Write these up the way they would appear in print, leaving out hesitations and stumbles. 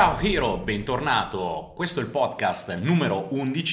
Ciao Hiro, bentornato. Questo è il podcast numero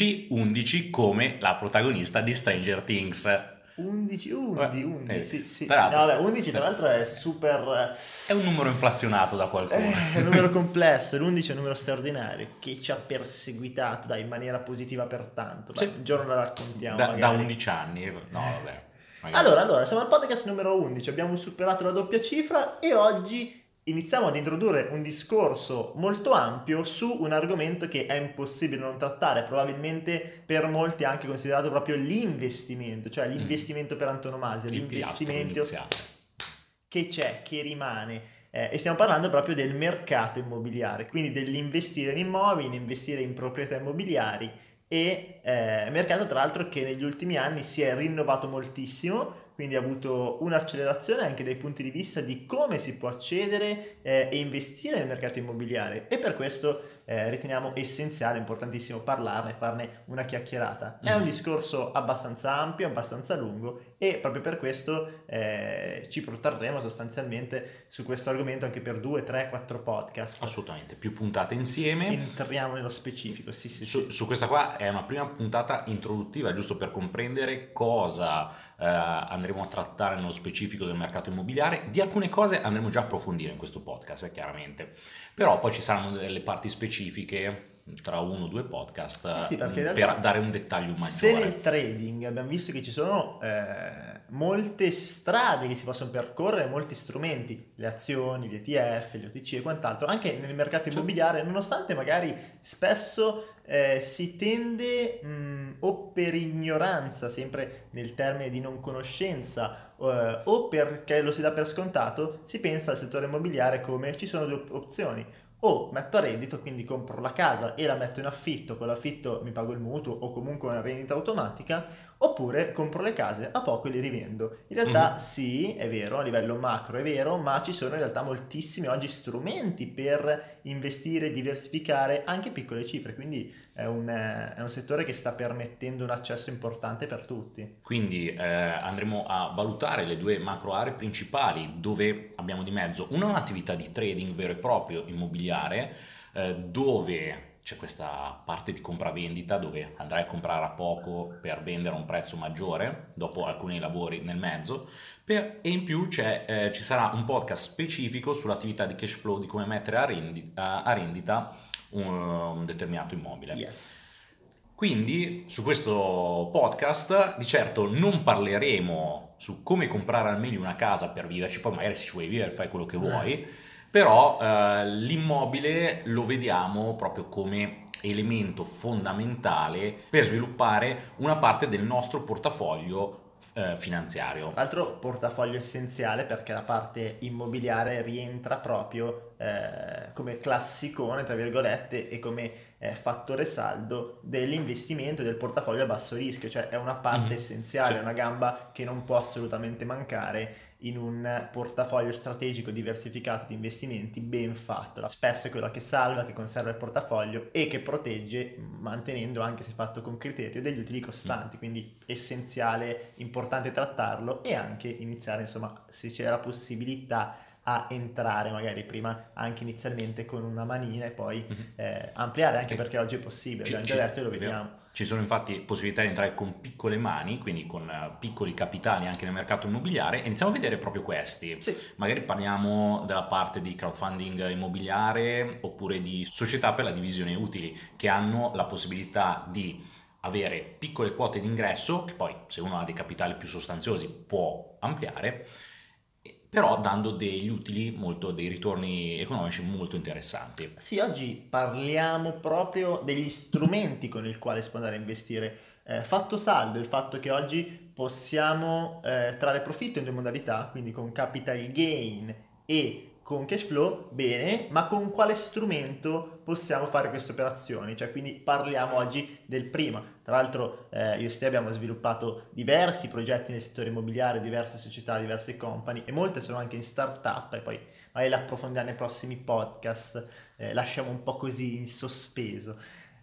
11 come la protagonista di Stranger Things. 11, 11, 11, sì, sì, Tra sì. No, l'altro, vabbè, 11 tra l'altro è super. è un numero inflazionato da qualcuno. È un numero complesso, l'11 è un numero straordinario che ci ha perseguitato, dai, in maniera positiva per tanto. Beh, Sì, un giorno la raccontiamo da magari. 11 anni. No, vabbè, magari. Allora, siamo al podcast numero 11, abbiamo superato la doppia cifra e oggi iniziamo ad introdurre un discorso molto ampio su un argomento che è impossibile non trattare, probabilmente per molti anche considerato proprio l'investimento, cioè Mm, l'investimento per antonomasia, il pilastro l'investimento iniziale. che c'è, che rimane. E stiamo parlando proprio del mercato immobiliare, quindi dell'investire in immobili, investire in proprietà immobiliari e mercato tra l'altro che negli ultimi anni si è rinnovato moltissimo, quindi ha avuto un'accelerazione anche dai punti di vista di come si può accedere e investire nel mercato immobiliare e per questo riteniamo essenziale, importantissimo parlarne, farne una chiacchierata. È un Mhm. discorso abbastanza ampio, abbastanza lungo e proprio per questo ci protrarremo sostanzialmente su questo argomento anche per 2, 3, 4 podcast. Assolutamente, più puntate insieme. Entriamo nello specifico, sì, sì, Su, sì. su questa qua è una prima puntata introduttiva, giusto per comprendere cosa andremo a trattare nello specifico del mercato immobiliare. Di alcune cose andremo già a approfondire in questo podcast, chiaramente. Però poi ci saranno delle parti specifiche tra uno o due podcast Eh sì, perché in per realtà dare un dettaglio se nel maggiore. trading abbiamo visto che ci sono molte strade che si possono percorrere, molti strumenti, le azioni, gli ETF, gli OTC e quant'altro, anche nel mercato Sì. immobiliare, nonostante magari spesso si tende o per ignoranza, sempre nel termine di non conoscenza, o perché lo si dà per scontato, si pensa al settore immobiliare come ci sono due opzioni o metto a reddito, quindi compro la casa e la metto in affitto, con l'affitto mi pago il mutuo o comunque una rendita automatica, oppure compro le case a poco e le rivendo. In realtà Mhm. sì, è vero, a livello macro è vero, ma ci sono in realtà moltissimi oggi strumenti per investire, diversificare anche piccole cifre, quindi è un settore che sta permettendo un accesso importante per tutti. Quindi andremo a valutare le due macro aree principali dove abbiamo di mezzo un'attività di trading vero e proprio immobiliare, dove c'è questa parte di compravendita dove andrai a comprare a poco per vendere a un prezzo maggiore dopo alcuni lavori nel mezzo, e in più ci sarà un podcast specifico sull'attività di cash flow, di come mettere a rendita un determinato immobile. Yes. Quindi su questo podcast di certo non parleremo su come comprare al meglio una casa per viverci, poi magari se ci vuoi vivere fai quello che vuoi, però l'immobile lo vediamo proprio come elemento fondamentale per sviluppare una parte del nostro portafoglio Tra finanziario. l'altro portafoglio essenziale perché la parte immobiliare rientra proprio come classicone, tra virgolette, e come fattore saldo dell'investimento del portafoglio a basso rischio, cioè è una parte Mhm. essenziale, Sì. è una gamba che non può assolutamente mancare in un portafoglio strategico diversificato di investimenti ben fatto. Spesso è quella che salva, che conserva il portafoglio e che protegge, mantenendo anche se fatto con criterio degli utili Mm. costanti, quindi essenziale, importante trattarlo e anche iniziare, insomma, se c'è la possibilità a entrare magari prima anche inizialmente con una manina e poi Mhm. ampliare anche E perché oggi è possibile, ci, abbiamo già detto e lo vero. vediamo. Ci sono infatti possibilità di entrare con piccole mani, quindi con piccoli capitali anche nel mercato immobiliare, e iniziamo a vedere proprio questi. Sì. Magari parliamo della parte di crowdfunding immobiliare oppure di società per la divisione utili che hanno la possibilità di avere piccole quote di ingresso, che poi se uno ha dei capitali più sostanziosi può ampliare, però dando degli utili molto, dei ritorni economici molto interessanti. Sì, oggi parliamo proprio degli strumenti con il quale si può andare a investire. Fatto saldo il fatto che oggi possiamo trarre profitto in due modalità, quindi con capital gain e con cash flow, bene, ma con quale strumento possiamo fare queste operazioni? Cioè, quindi parliamo oggi del prima. Tra l'altro, io e te abbiamo sviluppato diversi progetti nel settore immobiliare, diverse società, diverse company e molte sono anche in startup e poi magari le approfondiamo nei prossimi podcast, lasciamo un po' così in sospeso.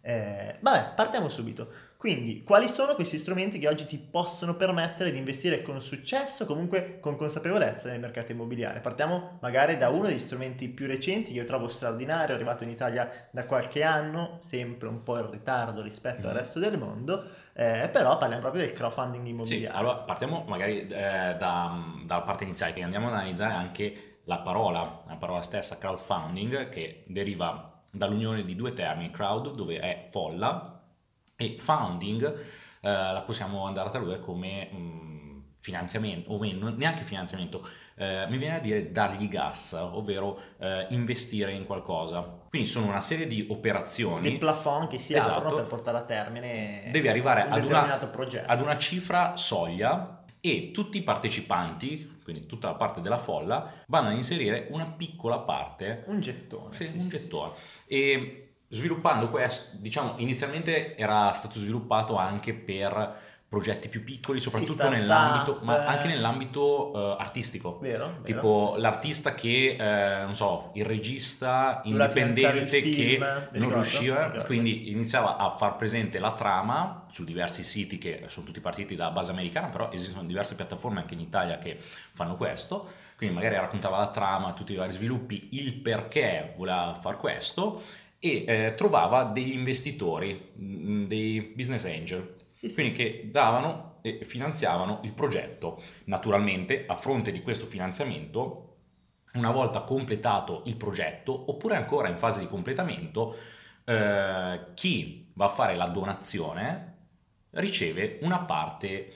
Vabbè, partiamo subito. Quindi, quali sono questi strumenti che oggi ti possono permettere di investire con successo, comunque con consapevolezza nel mercato immobiliare? Partiamo magari da uno degli strumenti più recenti che io trovo straordinario, arrivato in Italia da qualche anno, sempre un po' in ritardo rispetto al Mhm. resto del mondo, però parliamo proprio del crowdfunding Sì, immobiliare. allora partiamo magari dalla parte iniziale, che andiamo ad analizzare anche la parola stessa, crowdfunding, che deriva dall'unione di due termini, crowd, dove è folla, e founding, la possiamo andare a tradurre come finanziamento, o meno, neanche finanziamento, mi viene a dire dargli gas, ovvero investire in qualcosa. Quindi sono una serie di Dei operazioni, plafond che si aprono per esatto, portare a devi termine arrivare un determinato ad progetto. una cifra soglia e tutti i partecipanti, quindi tutta la parte della folla, vanno a inserire una piccola parte, Un gettone, sì, sì, un sì, sì, sì. gettone. E sviluppando questo, diciamo, inizialmente era stato sviluppato anche per progetti più piccoli, Sì, soprattutto nell'ambito, startup, ma anche nell'ambito artistico. vero, vero, sì, Tipo sì, sì, sì. l'artista che, non so, il regista Doveva finanziare il indipendente film, che mi non ricordo, mi riusciva, ricordo. quindi iniziava a far presente la trama su diversi siti che sono tutti partiti da base americana, però esistono diverse piattaforme anche in Italia che fanno questo, quindi magari raccontava la trama, tutti i vari sviluppi, il perché voleva far questo e trovava degli investitori, dei business angel, Sì, sì, quindi sì. che davano e finanziavano il progetto. Naturalmente, a fronte di questo finanziamento, una volta completato il progetto, oppure ancora in fase di completamento, chi va a fare la donazione riceve una parte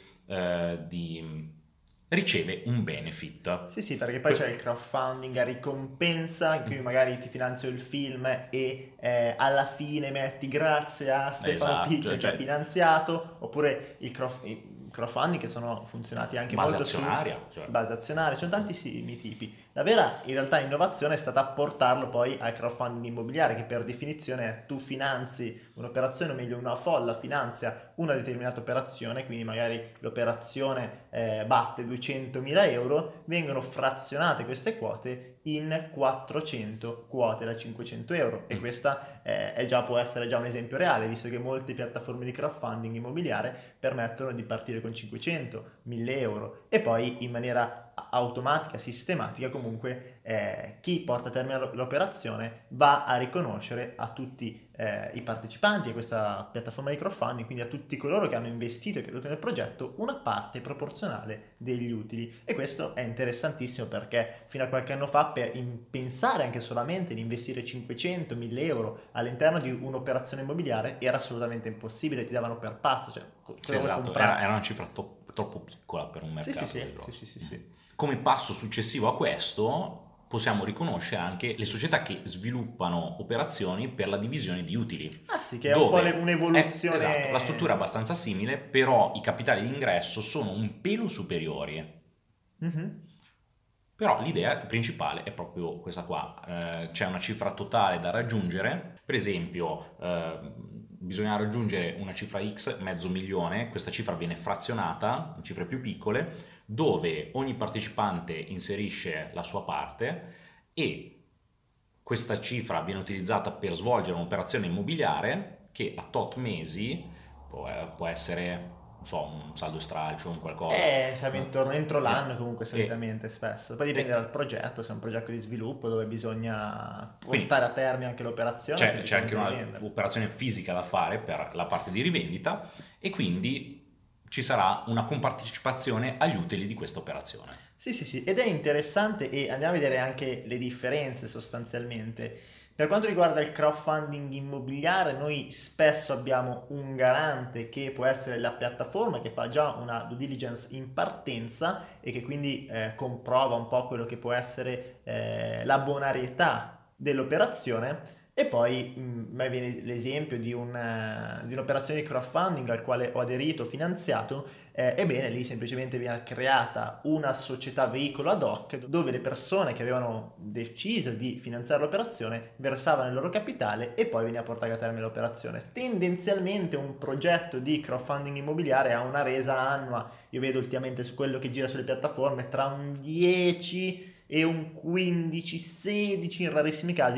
riceve un benefit. Sì, sì, perché poi c'è il crowdfunding a ricompensa in cui magari ti finanzio il film e alla fine metti grazie a Stefano Esatto, Picchia che ha cioè finanziato, oppure i crowdfunding che sono funzionati anche base molto su azionaria, cioè. base azionaria, ci sono tantissimi tipi. La vera in realtà innovazione è stata portarlo poi al crowdfunding immobiliare, che per definizione è tu finanzi un'operazione, o meglio una folla finanzia una determinata operazione, quindi magari l'operazione batte 200.000 euro, vengono frazionate queste quote in 400 quote da 500 euro e Mm. questa può essere già un esempio reale, visto che molte piattaforme di crowdfunding immobiliare permettono di partire con 500, 1000 euro e poi in maniera automatica, sistematica comunque chi porta a termine l'operazione va a riconoscere a tutti i partecipanti a questa piattaforma di crowdfunding, quindi a tutti coloro che hanno investito e creduto nel progetto, una parte proporzionale degli utili. E questo è interessantissimo perché fino a qualche anno fa pensare anche solamente di investire 500, 1000 euro all'interno di un'operazione immobiliare era assolutamente impossibile, ti davano per pazzo, cioè Sì, cosa vuoi esatto, comprare? era una cifra troppo piccola per un Sì, sì, mercato così sì, sì, grosso. sì, sì, sì. Come passo successivo a questo possiamo riconoscere anche le società che sviluppano operazioni per la divisione di utili, Ah sì, che è un po' dove è esatto, la struttura è un'evoluzione. abbastanza simile, però i capitali di ingresso sono un pelo superiori. Mhm. Però l'idea principale è proprio questa qua. C'è una cifra totale da raggiungere, per esempio bisogna raggiungere una cifra X, mezzo milione, questa cifra viene frazionata in cifre più piccole, dove ogni partecipante inserisce la sua parte e questa cifra viene utilizzata per svolgere un'operazione immobiliare che a tot mesi può essere, non so, un saldo e stralcio, un qualcosa. Siamo intorno, entro Eh, l'anno comunque e, solitamente spesso. Poi dipende e dal progetto, se è un progetto di sviluppo dove bisogna portare a quindi termine anche l'operazione, c'è anche semplicemente rivendere. un'operazione fisica da fare per la parte di rivendita e quindi ci sarà una compartecipazione agli utili di questa operazione. Sì, sì, sì, ed è interessante e andiamo a vedere anche le differenze sostanzialmente. Per quanto riguarda il crowdfunding immobiliare, noi spesso abbiamo un garante che può essere la piattaforma che fa già una due diligence in partenza e che quindi comprova un po' quello che può essere la bonarietà dell'operazione. E poi a me viene l'esempio di un'operazione di crowdfunding al quale ho aderito, finanziato. Ebbene, lì semplicemente viene creata una società veicolo ad hoc dove le persone che avevano deciso di finanziare l'operazione versavano il loro capitale e poi veniva portata a termine l'operazione. Tendenzialmente un progetto di crowdfunding immobiliare ha una resa annua, io vedo ultimamente su quello che gira sulle piattaforme, tra un 10 e un 15-16 in rarissimi casi,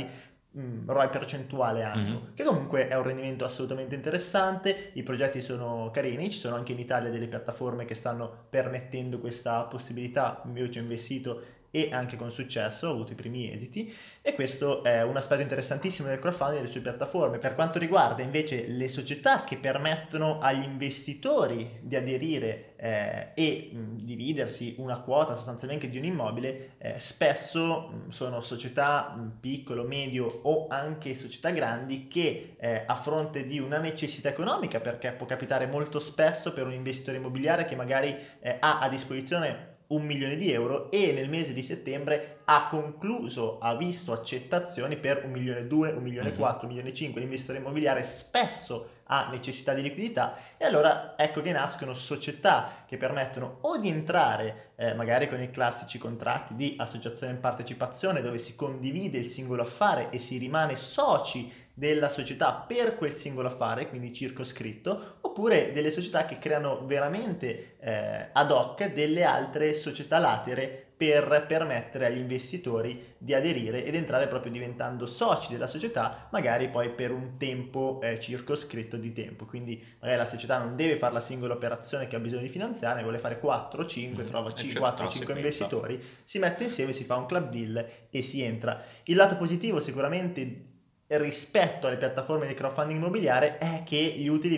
ROI percentuale annuo, Mhm. che comunque è un rendimento assolutamente interessante. I progetti sono carini, ci sono anche in Italia delle piattaforme che stanno permettendo questa possibilità. Io ci ho investito e anche con successo, ho avuto i primi esiti, e questo è un aspetto interessantissimo del crowdfunding e delle sue piattaforme. Per quanto riguarda invece le società che permettono agli investitori di aderire e dividersi una quota sostanzialmente di un immobile, spesso sono società piccolo, medio o anche società grandi che a fronte di una necessità economica, perché può capitare molto spesso per un investitore immobiliare che magari ha a disposizione 1 milione di euro e nel mese di settembre ha concluso, ha visto accettazioni per 1 milione e 2, 1 milione e 4, Mhm. 1 milione e 5. L'investitore immobiliare spesso ha necessità di liquidità e allora ecco che nascono società che permettono o di entrare magari con i classici contratti di associazione in partecipazione dove si condivide il singolo affare e si rimane soci della società per quel singolo affare, quindi circoscritto, oppure delle società che creano veramente ad hoc delle altre società latere per permettere agli investitori di aderire ed entrare proprio diventando soci della società, magari poi per un tempo circoscritto di tempo. Quindi magari la società non deve fare la singola operazione che ha bisogno di finanziare, ne vuole fare 4 o 5, Mhm. trova E c'è tutta 4 o la 5 sequenza. investitori, si mette insieme, si fa un club deal e si entra. Il lato positivo sicuramente rispetto alle piattaforme di crowdfunding immobiliare è che gli utili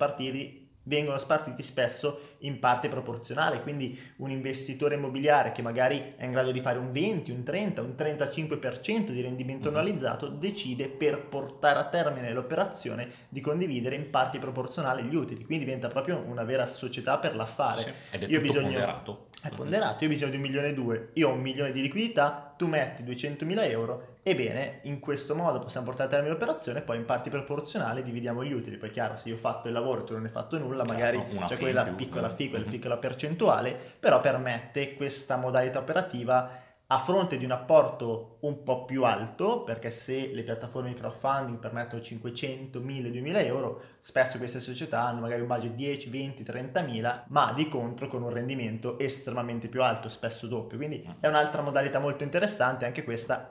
vengono spartiti spesso in parte proporzionale, quindi un investitore immobiliare che magari è in grado di fare un 20, un 30, un 35% di rendimento Mhm. annualizzato decide per portare a termine l'operazione di condividere in parti proporzionali gli utili, quindi diventa proprio una vera società per l'affare. Sì, ed è Io ho tutto bisogno, ponderato. è Mhm. ponderato, io ho bisogno di 1 milione e 2, io ho 1 milione di liquidità, tu metti 200.000 euro, ebbene in questo modo possiamo portare a termine l'operazione, poi in parti proporzionali dividiamo gli utili. Poi chiaro, se io ho fatto il lavoro e tu non hai fatto nulla, magari Chiaro, una c'è fee in quella più. piccola fee, quella Mhm. piccola percentuale, però permette questa modalità operativa a fronte di un apporto un po' più alto, perché se le piattaforme di crowdfunding permettono 500, 1000, 2000 euro, spesso queste società hanno magari un budget 10, 20, 30.000, ma di contro con un rendimento estremamente più alto, spesso doppio. Quindi è un'altra modalità molto interessante, anche questa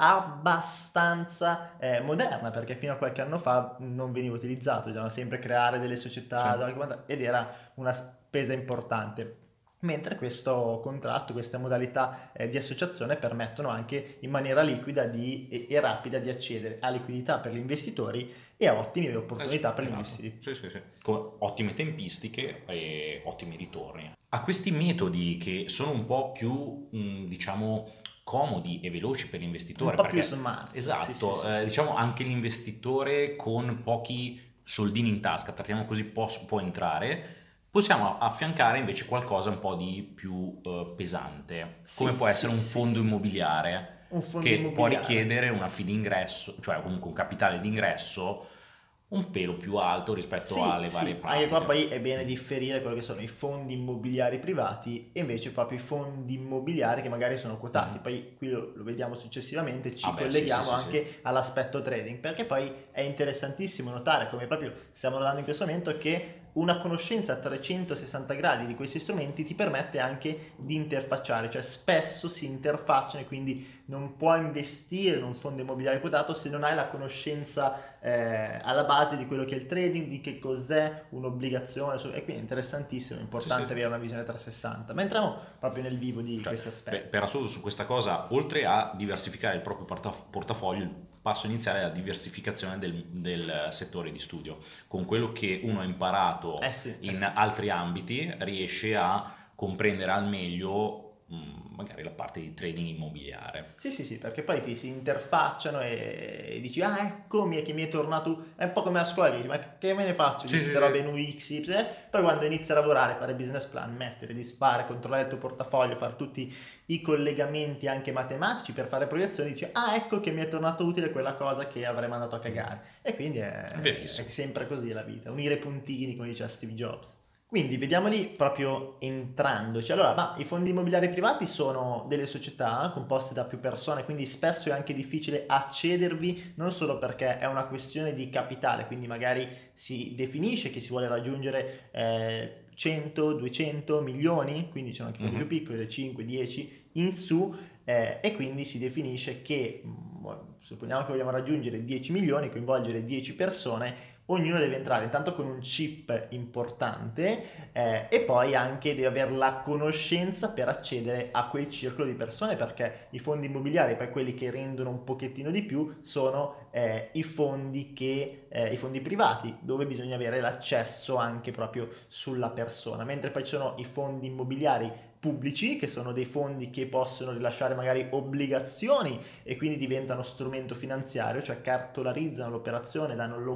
abbastanza moderna, perché fino a qualche anno fa non veniva utilizzato, bisognava sempre creare delle Sì. società ed era una spesa importante. Mentre questo contratto, queste modalità di associazione permettono anche in maniera liquida e rapida di accedere a liquidità per gli investitori e a ottime Sì, opportunità per gli esatto. investitori. Sì, sì, sì. Con ottime tempistiche e ottimi ritorni. A questi metodi che sono un po' più, diciamo, comodi e veloci per Un l'investitore, po' più perché, smart, sì, sì, esatto, sì, sì. diciamo anche l'investitore con pochi soldini in tasca, trattiamo così, può entrare, possiamo affiancare invece qualcosa un po' di più pesante, come Sì, può sì, essere un sì, fondo sì. immobiliare Un fondo che può immobiliare. richiedere una fee d'ingresso, cioè comunque un capitale d'ingresso un pelo più alto rispetto Sì, alle varie sì, anche qua pratiche. poi è bene differire quello che sono i fondi immobiliari privati e invece proprio i fondi immobiliari che magari sono quotati. Mhm. Poi qui lo vediamo successivamente, Ah ci beh, sì, sì, colleghiamo sì, sì. anche all'aspetto trading, perché poi è interessantissimo notare come proprio stiamo notando in questo momento che una conoscenza a 360 gradi di questi strumenti ti permette anche di interfacciare, cioè spesso si interfacciano e quindi non puoi investire in un fondo immobiliare quotato se non hai la conoscenza alla base di quello che è il trading, di che cos'è un'obbligazione, e quindi è interessantissimo, è Sì, sì, importante sì. avere una visione 360. Ma entriamo proprio nel vivo di Cioè, questi beh, aspetti. per assurdo su questa cosa, oltre a diversificare il proprio portafoglio, il passo iniziale è la diversificazione del settore di studio. Con quello che uno ha imparato Eh sì, eh in sì. altri ambiti, riesce a comprendere al meglio magari la parte di trading immobiliare. Sì, sì, sì, perché poi ti si interfacciano e dici, ah, eccomi, che mi è tornato, è un po' come a scuola, dici, ma che me ne faccio di Sì, sì, queste sì. robe in UX, Y? Poi quando inizi a lavorare, fare business plan, mettere, dispare, controllare il tuo portafoglio, fare tutti i collegamenti anche matematici per fare proiezioni, dici, ah, ecco che mi è tornato utile quella cosa che avrei mandato a Mhm. cagare. E quindi È è verissimo. sempre così la vita, unire i puntini, come diceva Steve Jobs. Quindi vediamoli proprio entrandoci. Allora, ma i fondi immobiliari privati sono delle società composte da più persone, quindi spesso è anche difficile accedervi, non solo perché è una questione di capitale, quindi magari si definisce che si vuole raggiungere 100, 200 milioni, quindi ci sono anche fondi più Mhm. piccoli, da 5, 10 in su, e quindi si definisce che, supponiamo che vogliamo raggiungere 10 milioni, coinvolgere 10 persone, ognuno deve entrare intanto con un chip importante e poi anche deve avere la conoscenza per accedere a quel circolo di persone, perché i fondi immobiliari, poi quelli che rendono un pochettino di più, sono i fondi privati, dove bisogna avere l'accesso anche proprio sulla persona, mentre poi ci sono i fondi immobiliari pubblici, che sono dei fondi che possono rilasciare magari obbligazioni e quindi diventano strumento finanziario, cioè cartolarizzano l'operazione,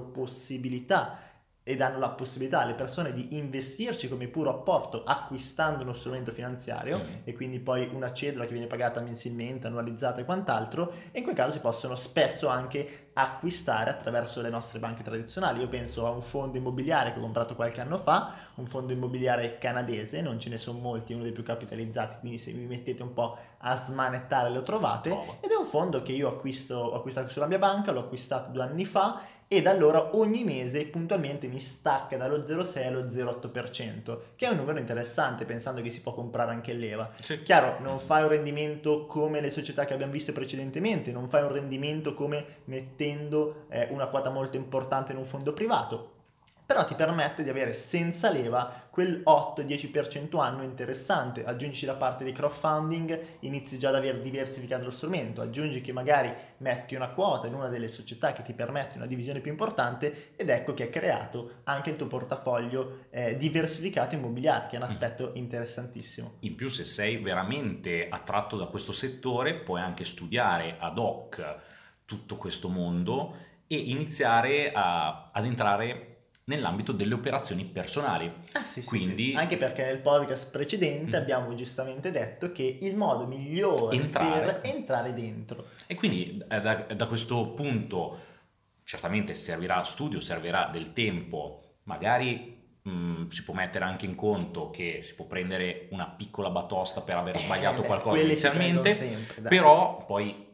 danno la possibilità alle persone di investirci come puro apporto acquistando uno strumento finanziario e quindi poi una cedola che viene pagata mensilmente, annualizzata e quant'altro, e in quel caso si possono spesso anche acquistare attraverso le nostre banche tradizionali. Io penso a un fondo immobiliare che ho comprato qualche anno fa, un fondo immobiliare canadese, non ce ne sono molti, è uno dei più capitalizzati, quindi se vi mettete un po' a smanettare lo trovate, ed è un fondo che io ho acquistato sulla mia banca, l'ho acquistato 2 anni fa e da allora ogni mese puntualmente mi stacca dallo 0,6 allo 0,8%, che è un numero interessante pensando che si può comprare anche l'EVA. Sì. Chiaro, non fai un rendimento come le società che abbiamo visto precedentemente, non fai un rendimento come mettendo una quota molto importante in un fondo privato, però ti permette di avere senza leva quel 8-10% anno interessante. Aggiungi la parte di crowdfunding, inizi già ad aver diversificato lo strumento, aggiungi che magari metti una quota in una delle società che ti permette una divisione più importante, ed ecco che è creato anche il tuo portafoglio diversificato immobiliare, che è un aspetto interessantissimo. In più, se sei veramente attratto da questo settore, puoi anche studiare ad hoc tutto questo mondo e iniziare ad entrare nell'ambito delle operazioni personali. Ah sì, sì, sì. Quindi Anche perché nel podcast precedente abbiamo giustamente detto che il modo migliore per entrare. entrare dentro. E quindi da questo punto certamente servirà studio, servirà del tempo, magari si può mettere anche in conto che si può prendere una piccola batosta per aver sbagliato qualcosa Quelle si prendono inizialmente, sempre, dai. però poi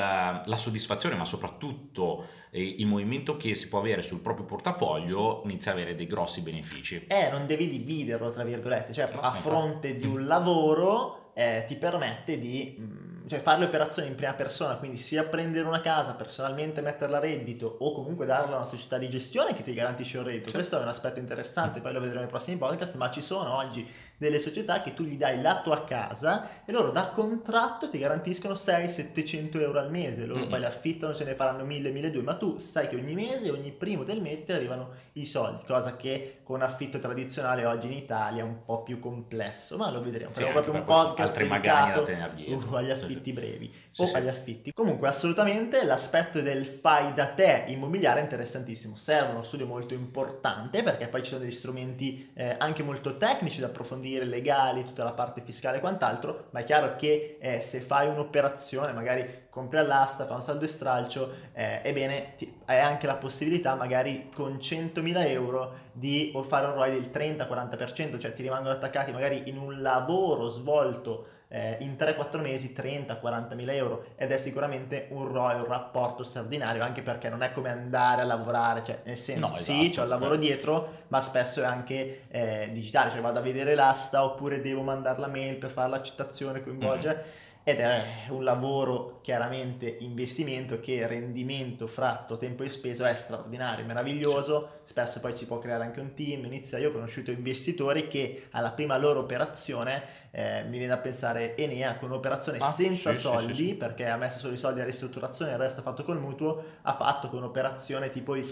la soddisfazione, ma soprattutto il movimento che si può avere sul proprio portafoglio inizia a avere dei grossi benefici. Non devi dividerlo, tra virgolette, cioè No, a infatti. fronte di un lavoro ti permette di cioè, fare le operazioni in prima persona, quindi sia prendere una casa, personalmente metterla a reddito o comunque darla a una società di gestione che ti garantisce un reddito. Sì. Questo è un aspetto interessante, poi lo vedremo nei prossimi podcast, ma ci sono oggi delle società che tu gli dai la tua casa e loro da contratto ti garantiscono 600-700 euro al mese, loro poi le affittano, ce ne faranno 1000-1200, ma tu sai che ogni mese, ogni primo del mese ti arrivano i soldi, cosa che con affitto tradizionale oggi in Italia è un po' più complesso, ma lo vedremo. Sì, Faremo anche proprio un per poi podcast altre magagne da dedicato tenere dietro. agli Sì, affitti brevi sì, o sì. agli affitti. Comunque assolutamente l'aspetto del fai da te immobiliare è interessantissimo, serve uno studio molto importante perché poi ci sono degli strumenti anche molto tecnici da approfondire, legali, tutta la parte fiscale e quant'altro, ma è chiaro che se fai un'operazione, magari compri all'asta, fai un saldo e stralcio, ebbene hai anche la possibilità magari con 100.000 euro di o fare un ROI del 30-40%, cioè ti rimangono attaccati magari in un lavoro svolto in 3-4 mesi 30-40 mila euro, ed è sicuramente un ROI, un rapporto straordinario, anche perché non è come andare a lavorare, cioè nel senso No, sì, c'ho esatto. il lavoro dietro, ma spesso è anche digitale, cioè vado a vedere l'asta oppure devo mandare la mail per fare l'accettazione, coinvolgere. Ed è un lavoro chiaramente investimento che rendimento fratto tempo e speso è straordinario, Sì. meraviglioso, spesso poi ci può creare anche un team, io ho conosciuto investitori che alla prima loro operazione mi viene da pensare Enea con un'operazione senza Sì, sì, sì, soldi, sì. perché ha messo solo i soldi a ristrutturazione, il resto ha fatto col mutuo, ha fatto con un'operazione tipo il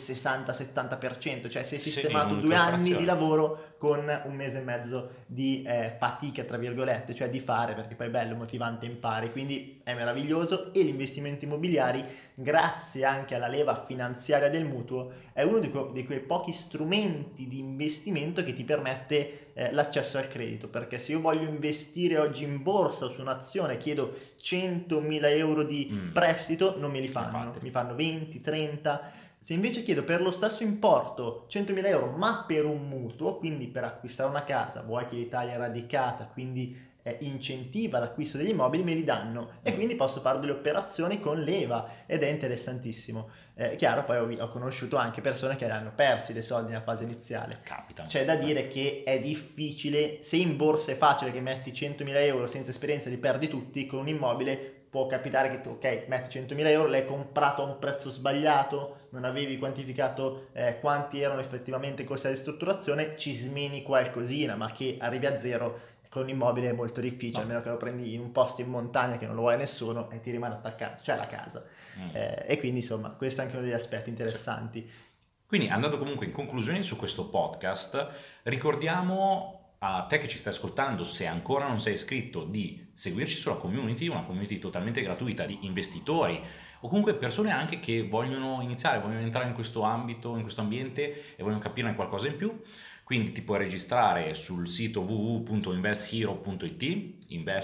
60-70%, cioè si è Sì, in sistemato un'unica 2 anni di operazione. lavoro con un mese e mezzo di fatica, tra virgolette, cioè di fare, perché poi è bello, motivante, impari, quindi è meraviglioso. E gli investimenti immobiliari, grazie anche alla leva finanziaria del mutuo, è uno di quei pochi strumenti di investimento che ti permette l'accesso al credito, perché se io voglio investire oggi in borsa o su un'azione, chiedo 100.000 euro di prestito, non me li fanno, Infatti. mi fanno 20, 30. Se invece chiedo per lo stesso importo 100.000 euro, ma per un mutuo, quindi per acquistare una casa, vuoi che l'Italia è radicata, quindi incentiva l'acquisto degli immobili, me li danno e quindi posso fare delle operazioni con leva ed è interessantissimo. Chiaro, poi ho conosciuto anche persone che hanno persi dei soldi nella fase iniziale. Capita. C'è da dire che è difficile, se in borsa è facile che metti 100.000 euro senza esperienza li perdi tutti, con un immobile può capitare che tu, ok, metti 100.000 euro, l'hai comprato a un prezzo sbagliato, non avevi quantificato quanti erano effettivamente i costi di ristrutturazione, ci smeni qualcosina, ma che arrivi a zero con un immobile è molto difficile, No. almeno che lo prendi in un posto in montagna che non lo vuole nessuno e ti rimane attaccato, cioè la casa. E quindi insomma, questo è anche uno degli aspetti interessanti. Quindi andando comunque in conclusione su questo podcast, ricordiamo a te che ci stai ascoltando, se ancora non sei iscritto, di seguirci sulla community, una community totalmente gratuita di investitori o comunque persone anche che vogliono iniziare, vogliono entrare in questo ambito, in questo ambiente e vogliono capirne qualcosa in più. Quindi ti puoi registrare sul sito www.investhero.it,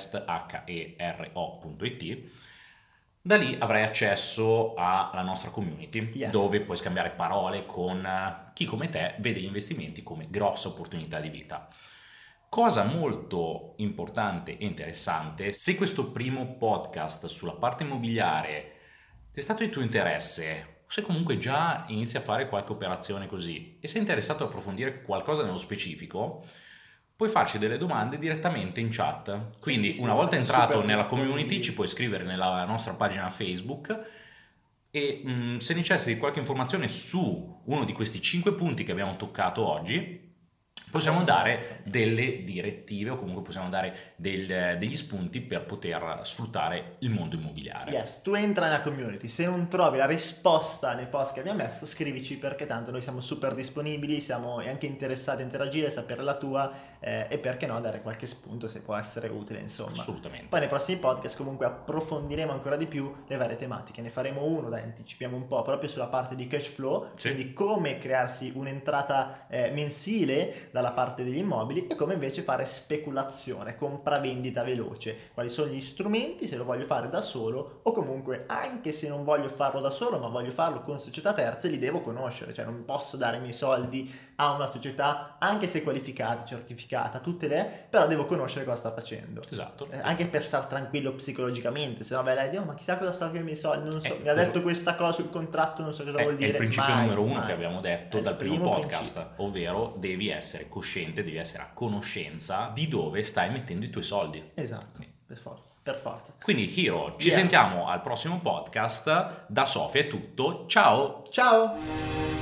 investhero.it. Da lì avrai accesso alla nostra community, Yes. dove puoi scambiare parole con chi come te vede gli investimenti come grossa opportunità di vita. Cosa molto importante e interessante, se questo primo podcast sulla parte immobiliare ti è stato di tuo interesse, o se comunque già inizi a fare qualche operazione così e sei interessato a approfondire qualcosa nello specifico, puoi farci delle domande direttamente in chat. Quindi Sì, una volta siamo entrato super nella disponibili. community ci puoi scrivere nella nostra pagina Facebook e se necessiti di qualche informazione su uno di questi 5 punti che abbiamo toccato oggi, possiamo dare delle direttive o comunque possiamo dare degli spunti per poter sfruttare il mondo immobiliare. Yes, tu entra nella community, se non trovi la risposta nei post che abbiamo messo, scrivici perché tanto noi siamo super disponibili, siamo anche interessati a interagire, sapere la tua e perché no dare qualche spunto se può essere utile, insomma. Assolutamente. Poi nei prossimi podcast comunque approfondiremo ancora di più le varie tematiche, ne faremo uno, dai, anticipiamo un po' proprio sulla parte di cash flow, Sì. quindi come crearsi un'entrata mensile dalla parte degli immobili e come invece fare speculazione, compravendita veloce, quali sono gli strumenti se lo voglio fare da solo o comunque anche se non voglio farlo da solo ma voglio farlo con società terze li devo conoscere, cioè non posso dare i miei soldi a una società anche se qualificata, certificata, tutte le, però devo conoscere cosa sta facendo. Esatto. Anche per star tranquillo psicologicamente, se no lei dice, ma chissà cosa sta facendo i miei soldi, non so, mi ha questo- detto questa cosa sul contratto, non so cosa vuol dire. È il principio Mai, numero 1 mai. che abbiamo detto È il dal primo primo podcast, principio. ovvero devi essere cosciente, devi essere a conoscenza di dove stai mettendo i tuoi soldi. Esatto, per forza, per forza. Quindi Hiro, ci Yeah. sentiamo al prossimo podcast. Da Sofia è tutto, ciao! Ciao!